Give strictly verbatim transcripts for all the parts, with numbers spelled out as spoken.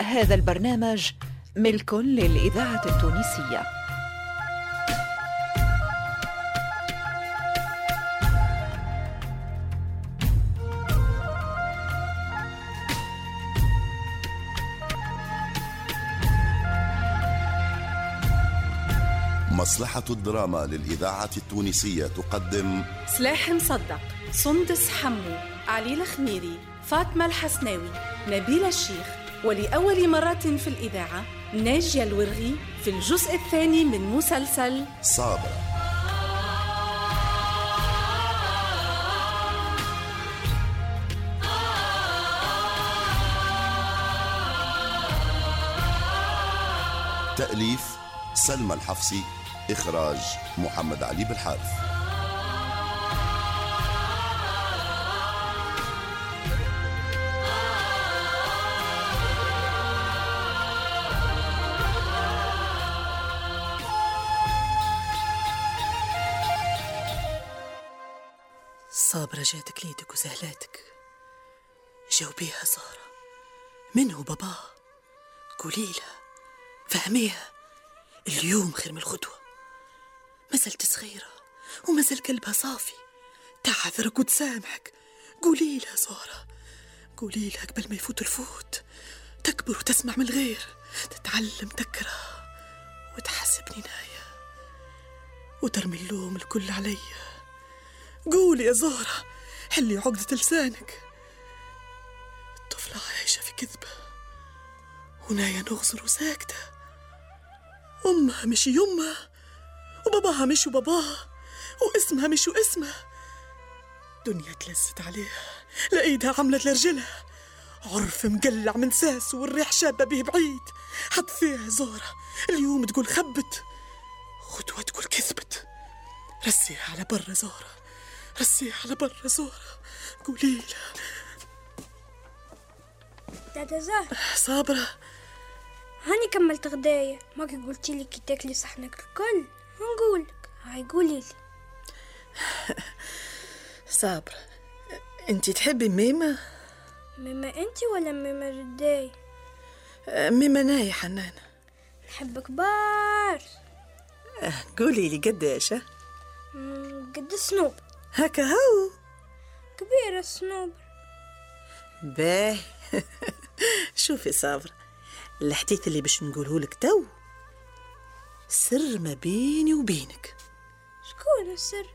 هذا البرنامج ملك للإذاعة التونسية. مصلحة الدراما للإذاعة التونسية تقدم سلاح مصدق، سندس حمو، علي الخميري، فاطمة الحسناوي، نبيل الشيخ، ولأول مرة في الإذاعة ناجية الورغي في الجزء الثاني من مسلسل صابرة. تأليف سلمى الحفصي، إخراج محمد علي بالحارث. صابرة جاتك ليدك وسهلاتك، جاوبيها زهرة، من هو باباه؟ قوليلها، فهميها، اليوم خير من الغدوة، ما زلت صغيرة وما زال قلبها صافي، تعذرك وتسامحك. قولي لها زهرة، قولي لها قبل ما يفوت الفوت، تكبر وتسمع من الغير، تتعلم تكره وتحسبني نايا وترمي اللوم الكل علي. قولي يا زهرة، حلي عقدة لسانك. الطفلة عايشة في كذبة ونايا نغزر وساكتة، أمها مش يمها وباباها مش باباها واسمها مش اسمها. دنيا تلست عليها، لقيتها عملت لرجلها عرف مقلع من ساس والريح شابة به بعيد. حط فيها زهرة، اليوم تقول خبت، غدوة تقول كذبت. رسيها على برا زهرة، رسيها على برا زهرة، قولي لها. تاتا زهرة، صابرة، هاني كملت غداية، ماكي قلتي لي كي تاكلي صحنك الكل. نقولك هاي قولي لي. صابرة، انتي تحبي ميمة؟ ميمة انتي ولا ميمة رداي؟ ميمة ناي حنانة. نحب كبار. قولي لي قديش؟ قد السنوب. هكا هو كبيرة السنوب. باهي. شوفي صابرة، الحديث اللي باش نقوله لك تو سر ما بيني وبينك. شكون السر؟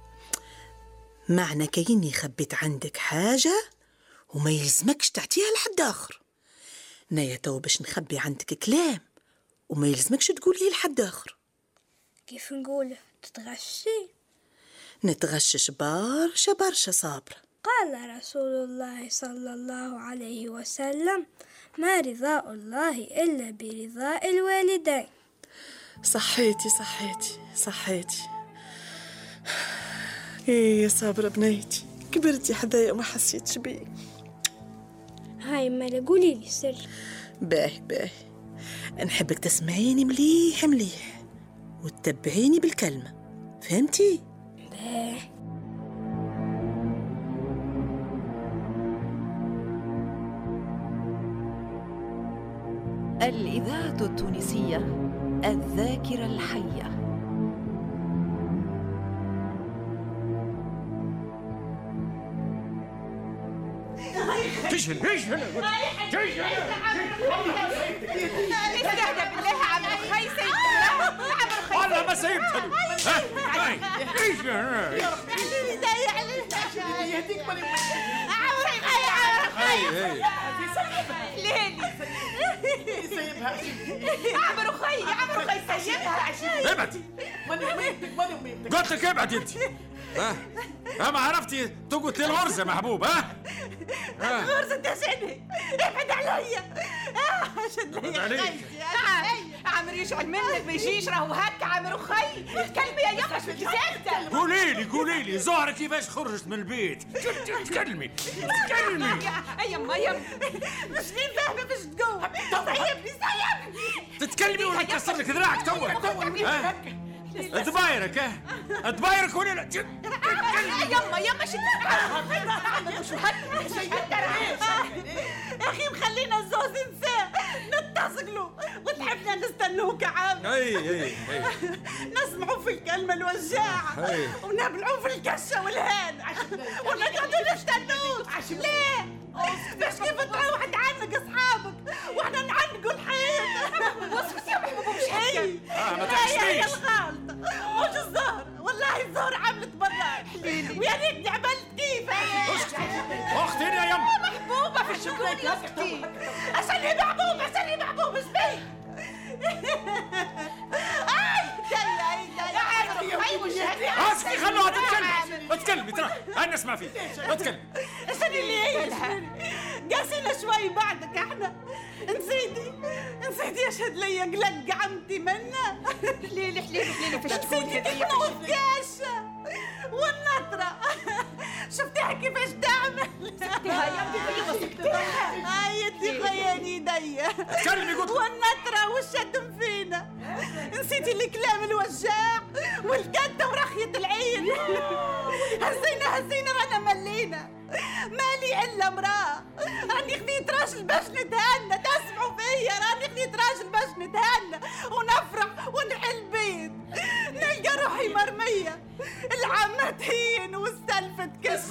معنى كأني خبيت عندك حاجة وما يلزمكش تعطيها لحد آخر. نايا تو باش نخبي عندك كلام وما يلزمكش تقوليه لحد آخر. كيف نقوله؟ تتغشي؟ نتغشش برشا برشا صابرة. قال رسول الله صلى الله عليه وسلم: ما رضاء الله إلا برضاء الوالدين. صحيتي صحيتي صحيتي. ايه يا صابرة بنيتي، كبرتي حدايا وما حسيتش بيه. هاي مالا قولي لي سر. باهي باهي، نحبك تسمعيني مليح مليح وتتبعيني بالكلمة، فهمتي؟ باهي. الإذاعة التونسية، الذاكرة الحية. تجهل تجهل تجهل. استهدى بالله عم خي سيدنا، والله ما سيبتها. هاي ايش يا ربي دايع عليه يهديك مالي عمري غير عمري ليلي سيبها. عمرو خي عمرو خي سيبها. ابعدي. قلت لك ابعدي انت. ها ها ما عرفتي تقعد للغرزة محبوب. ها غرزة تشني، ابعد عليا. ابعد عليك. عمرو يشعل منك ما يجيش، راهو هكا عمرو خي. تكلمي يا يما شو كسبت. قولي لي قولي لي زهرة كيفاش خرجت من البيت؟ تكلمي تكلمي. يما يما مش غير فاهمة باش تقول. سيبني سيبني. تتكلمي ولا نكسر لك ذراعك توك. ادبايرك ها ادبايرك ولا لا؟ يما يما شو شو هاد يا اخي مخلينا الزوز نساء نستنوك عام. اي اي اي نسمعوا في الكلمة الوجاعة أي. ونبلعوا في الكشة والهان ونقعدوا نستنوك. ليه؟ باش كيف تروح تعانق اصحابك واحنا نعنقوا الحيط. وصفت يا محبوب مش هيك. اه ما هي هي تحشنيش. الغلطة مش الزهر، والله الزهر عملت برا ويا ريتني عملت كيف. اختي يا يما محبوبة في الشكر كفتي. عشاني محبوب عشاني محبوب ايش بيك؟ اي داي اي داي عامر أخي مش هيك. اسكي خلوها تتكلم اتكلمي ترى انا اسمع فيك اتكلم. عشان اللي هي قاسينا شوي بعدك احنا. نسيتي نسيتي يا شهد لي قلق عمتي منا. حليلي حليلي حليلي فاش تكون نسيتي هدية كيف والكاشة والنطرة. شفتيها كيفاش تعمل. سكتيها يا ودي سكتيها. هاي انتي خياني يديا تكلمي قلت والنطرة والشتم فينا. نسيتي الكلام الوجاع والكتة ورخية العين. هزينا هزينا رانا ملينا. مالي الا مراه راني خديت راجل باش نتهنى. تسمعوا فيا راني خديت راجل باش نتهنى ونفرح ونحل بيت. نلقى روحي مرمية العمة تهين واستلفت كش.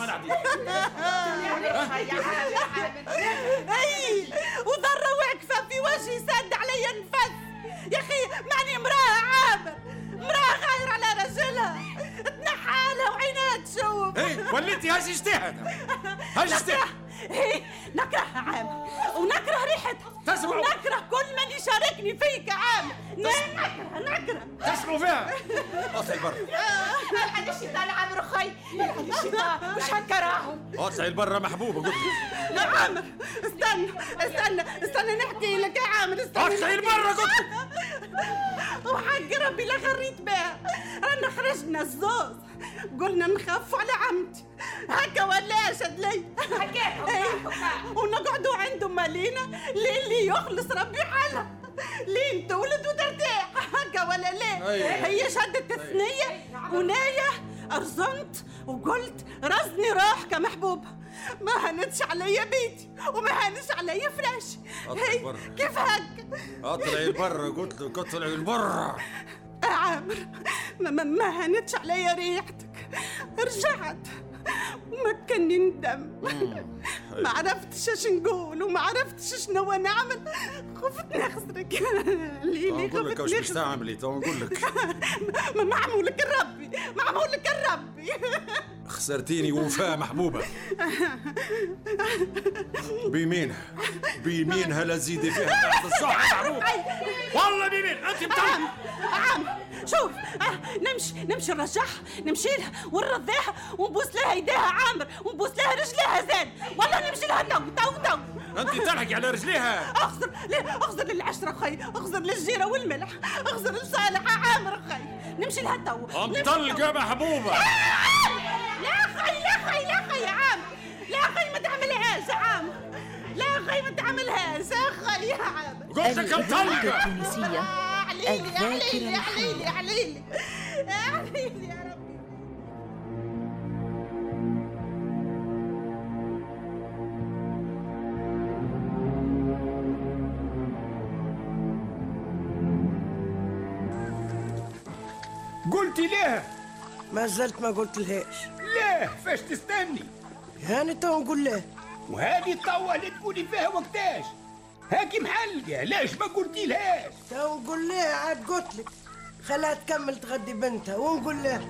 اي وضرة واقفة في وجهي سد علي النفس. يا اخي ماني مراه عامر، مراه غاير على رجلها تنحالها وعينها تشوف. اي وليتي هججتيها هججتيها. اي نكرهها عامر ونكره ريحتها. تسمعوا ونكره كل من يشاركني فيك عامر. نكره نكره تسمعوا فيها. اطلعي برا يلعن الشيطان عامر أخي يلعن الشيطان مش هنكراهم. اطلعي برا محبوبة قلت يا عامر استنى استنى استنى نحكي لك يا عامر. استنى اطلعي برا قلت. وحق ربي لا غريت بها. رانا خرجنا الزوز قلنا نخافوا على عمتي هكا ولا شد لي حكيتهم ونقعدوا عندهم مالينا للي يخلص ربي حالها لين تولد وترتاح هكا ولا لا. هي شدت الثنية وناية أرزنت وقلت رزني روحك محبوبة. ما هنتش عليا بيتي وما هنش عليا فراشي. هي كيف هكا. اطلعي برا قلت لك اطلعي برا. عامر ما, ما, ما هنتش عليا ريحتك. رجعت وما كان ندم. ما عرفتش اش نقول وما عرفتش شنو نعمل. خفت نخسرك ليلي. نقول لك واش باش تعملي تو نقول لك. ما معمولك الربي معمولك الربي. خسرتيني وفاء محبوبة. بيمينها بيمينها لا تزيدي فيها تحت الصح محبوبة. والله بيمين انت متعب. عم شوف آه نمشي نمشي نرجعها نمشي لها ونرضيها ونبوس لها يديها عامر ونبوس لها رجليها زاد. والله نمشي لها تو تو تو. انت تلحقي على رجليها. اخزر ليه اخزر للعشرة اخي اخزر للجيرة والملح اخزر لصالح عامر اخي. نمشي لها تو. انطلقة محبوبة. لا اخي لا اخي لا اخي يا عامر لا اخي ما تعملهاش يا عامر. لا اخي ما تعملهاش يا اخي يا عامر. قلت لك انطلقة. التونسية الذاكرة يا حليلي يا حليلي يا حليلي يا ربي. قلتي ليه؟ ما زلت ما قلت لهاش. ليه؟ فاش تستني؟ هاني تو نقول له. وهذه الطوة اللي تقولي فيها وقتاش؟ هاكي محلقة ليش ما قلتي لهاش؟ تو نقول له عاد قلت لك خلها تكمل تغدي بنتها ونقول له.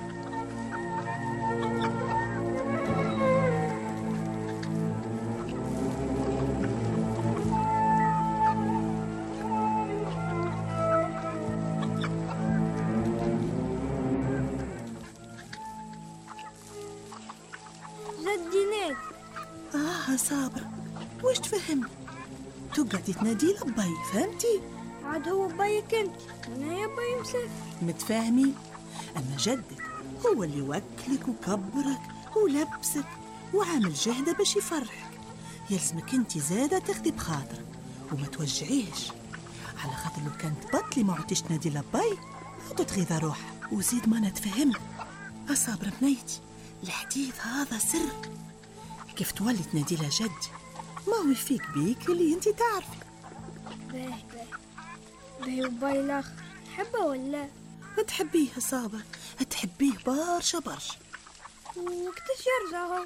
جدي نادي. آه صابرة واش تفهمني؟ تقعدي تنادي لبي فهمتي؟ عاد هو بايك انت انا يا باي مسافر. متفاهمين؟ أما جدك هو اللي وكلك وكبرك ولبسك وعامل جهده باش يفرحك. يلزمك انت زادة تاخدي بخاطرك وما توجعيش، على خاطر لو كانت بطلي ما عدتش تنادي لبي عدت تغيظ روحها. وزيد ما نتفهمك أصابر بنيتي الحديث هذا سر. كيف تولي تنادي لها جدي؟ ما هو يفيك بيك اللي انت تعرفي. باهي باهي باهي وباي الآخر تحبه ولا؟ تحبيه صابر، تحبيه برشا برشا. وقتاش يرجع هو؟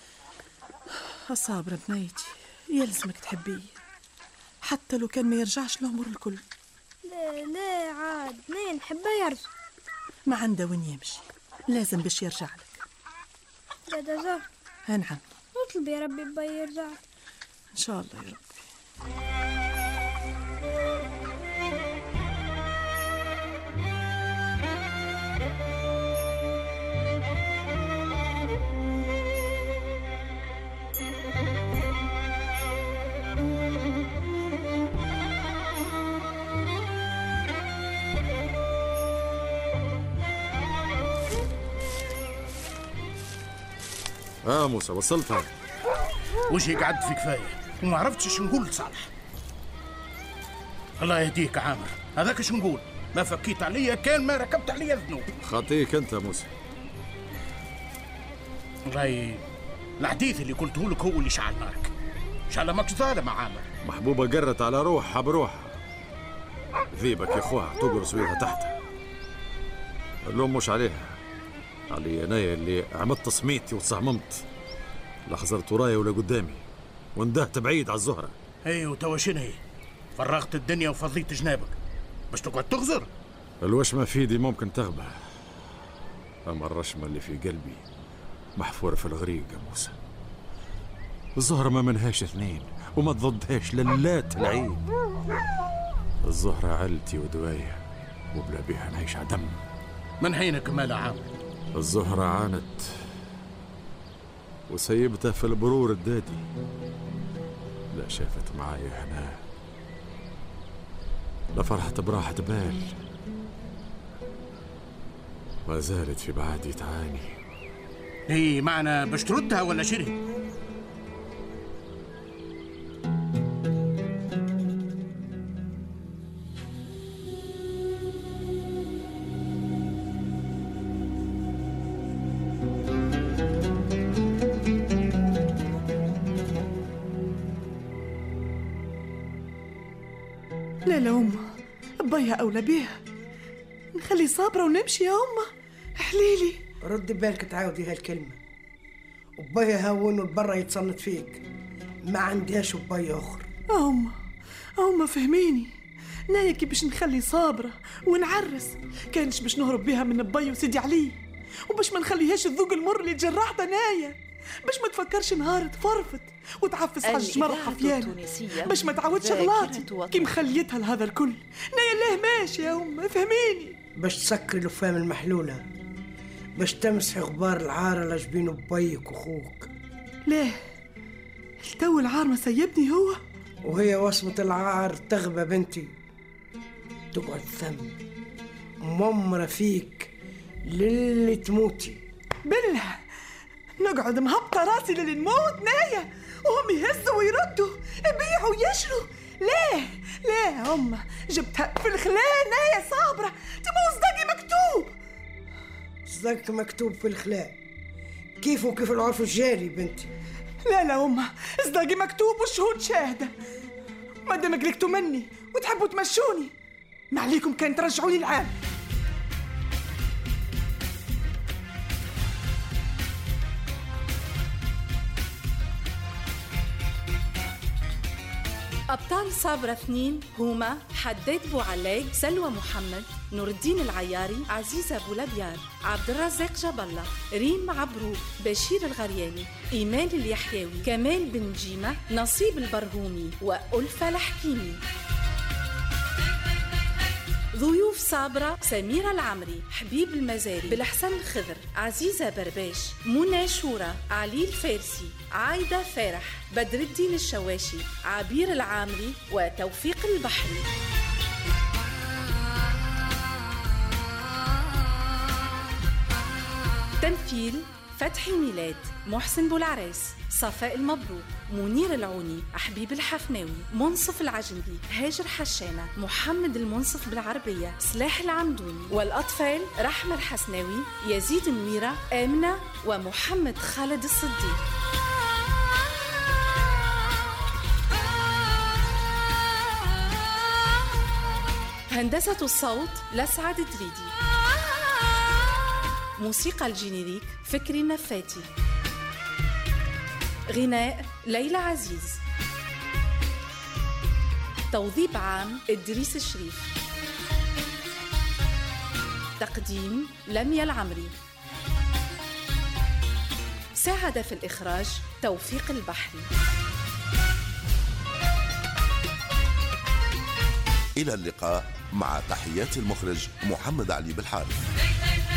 صابر بنيتي يلزمك تحبيه حتى لو كان ما يرجعش العمر الكل. لا لا عاد نين نحبه يرجع. ما عنده وين يمشي، لازم باش يرجع لك. دادا زهر. نعم. نطلب يا ربي باي يرجع. ان شاء الله يا ربي. اه موسى وصلتها. وجهي قعدت في كفايه وما عرفتش اش نقول لصالح. الله يهديك عامر، هذاك اش نقول، ما فكيت عليا كان ما ركبت عليا الذنوب. خاطيك انت موسى. والله الحديث اللي قلته لك هو اللي شعل نارك. شعل ماكش ظالم عامر. محبوبه قرت على روحها بروحها، ذيبك يا اخوها تقرص بيها تحتها. اللوم مش عليها، علي انايا اللي عملت تصميتي وتصممت، لا خزرت ورايا ولا قدامي واندهت بعيد على الزهره. اي وتوا شنو هي؟ فرغت الدنيا وفضيت جنابك باش تقعد تغزر؟ الوشمه في ايدي ممكن تغبى، اما الرشمه اللي في قلبي محفوره في الغريق يا موسى. الزهره ما منهاش اثنين وما تضدهاش للات العين. الزهره علتي ودوايه وبلا بها نعيش عدم. من حينك مالا عامر؟ الزهرة عانت وسيبتها في البرور الدادي، لا شافت معايا هنا، لا فرحت براحة بال، ما زالت في بعادي تعاني. هي معنا باش تردها ولا شري؟ لا لا أمه، بيها أولى بيها، نخلي صابرة ونمشي يا أمه. حليلي ردي بالك تعاودي هالكلمة. وبيها هون والبرا يتصنت فيك، ما عندهاش وبيا أخر. أمه أمه فهميني، نايكي باش نخلي صابرة ونعرس، كانش باش نهرب بيها من بي وسيدي علي، وباش ما نخليهاش الذوق المر اللي تجرحت نايا، باش ما تفكرش نهار تفرفت وتعفس حج مرة حفيانة، باش ما تعودش غلاطي كي مخليتها لهذا الكل. نايا الله ماشي يا أمه فهميني. باش تسكري الفام المحلولة، باش تمسحي غبار العار على جبين بيك وخوك. ليه التو العار ما سيبني هو؟ وهي وصمة العار تغبى بنتي، تقعد ثم ممرة فيك للي تموتي. بالله نقعد مهبطة راسي للي نموت نايا، وهم يهزوا ويردوا يبيعوا ويشروا. ليه ليه يا أمه جبتها في الخلاء نايا صابرة، تبقى صدقي مكتوب. صدقك مكتوب في الخلاء كيف وكيف العرف الجاري بنتي. لا لا أمه صدقي مكتوب والشهود شاهدة. ما دامك لكتوا مني وتحبوا تمشوني، ما عليكم كان ترجعوني العام. أبطال صابرة اثنين هما حداد بوعلاق، سلوى محمد، نور الدين العياري، عزيزة بولابيار، عبد الرزاق جاب الله، ريم عبرو، بشير الغرياني، إيمان اليحيوي، كمال بن جيمة، نصيب البرهومي، وألفة الحكيمي. ضيوف صابرة: سميرة العمري، حبيب المزاري، بالحسن الخضر، عزيزة برباش، منى شورى، علي الفارسي، عايدة فارح، بدر الدين الشواشي، عبير العامري، وتوفيق البحري. تمثيل: فتحي ميلاد، محسن بولعراس، صفاء المبروك، منير العوني، حبيب الحفناوي، منصف العجنبي، هاجر حشانة، محمد المنصف بالعربية، سلاح العمدوني. والأطفال: رحمة الحسناوي، يزيد الميرة، آمنة، ومحمد خالد الصديق. هندسة الصوت لسعد دريدي. موسيقى الجينيريك فكري النفاتي. غناء ليلى عزيز. توظيف عام إدريس الشريف. تقديم لميا العمري. ساعد في الإخراج توفيق البحري. إلى اللقاء مع تحيات المخرج محمد علي بالحارث.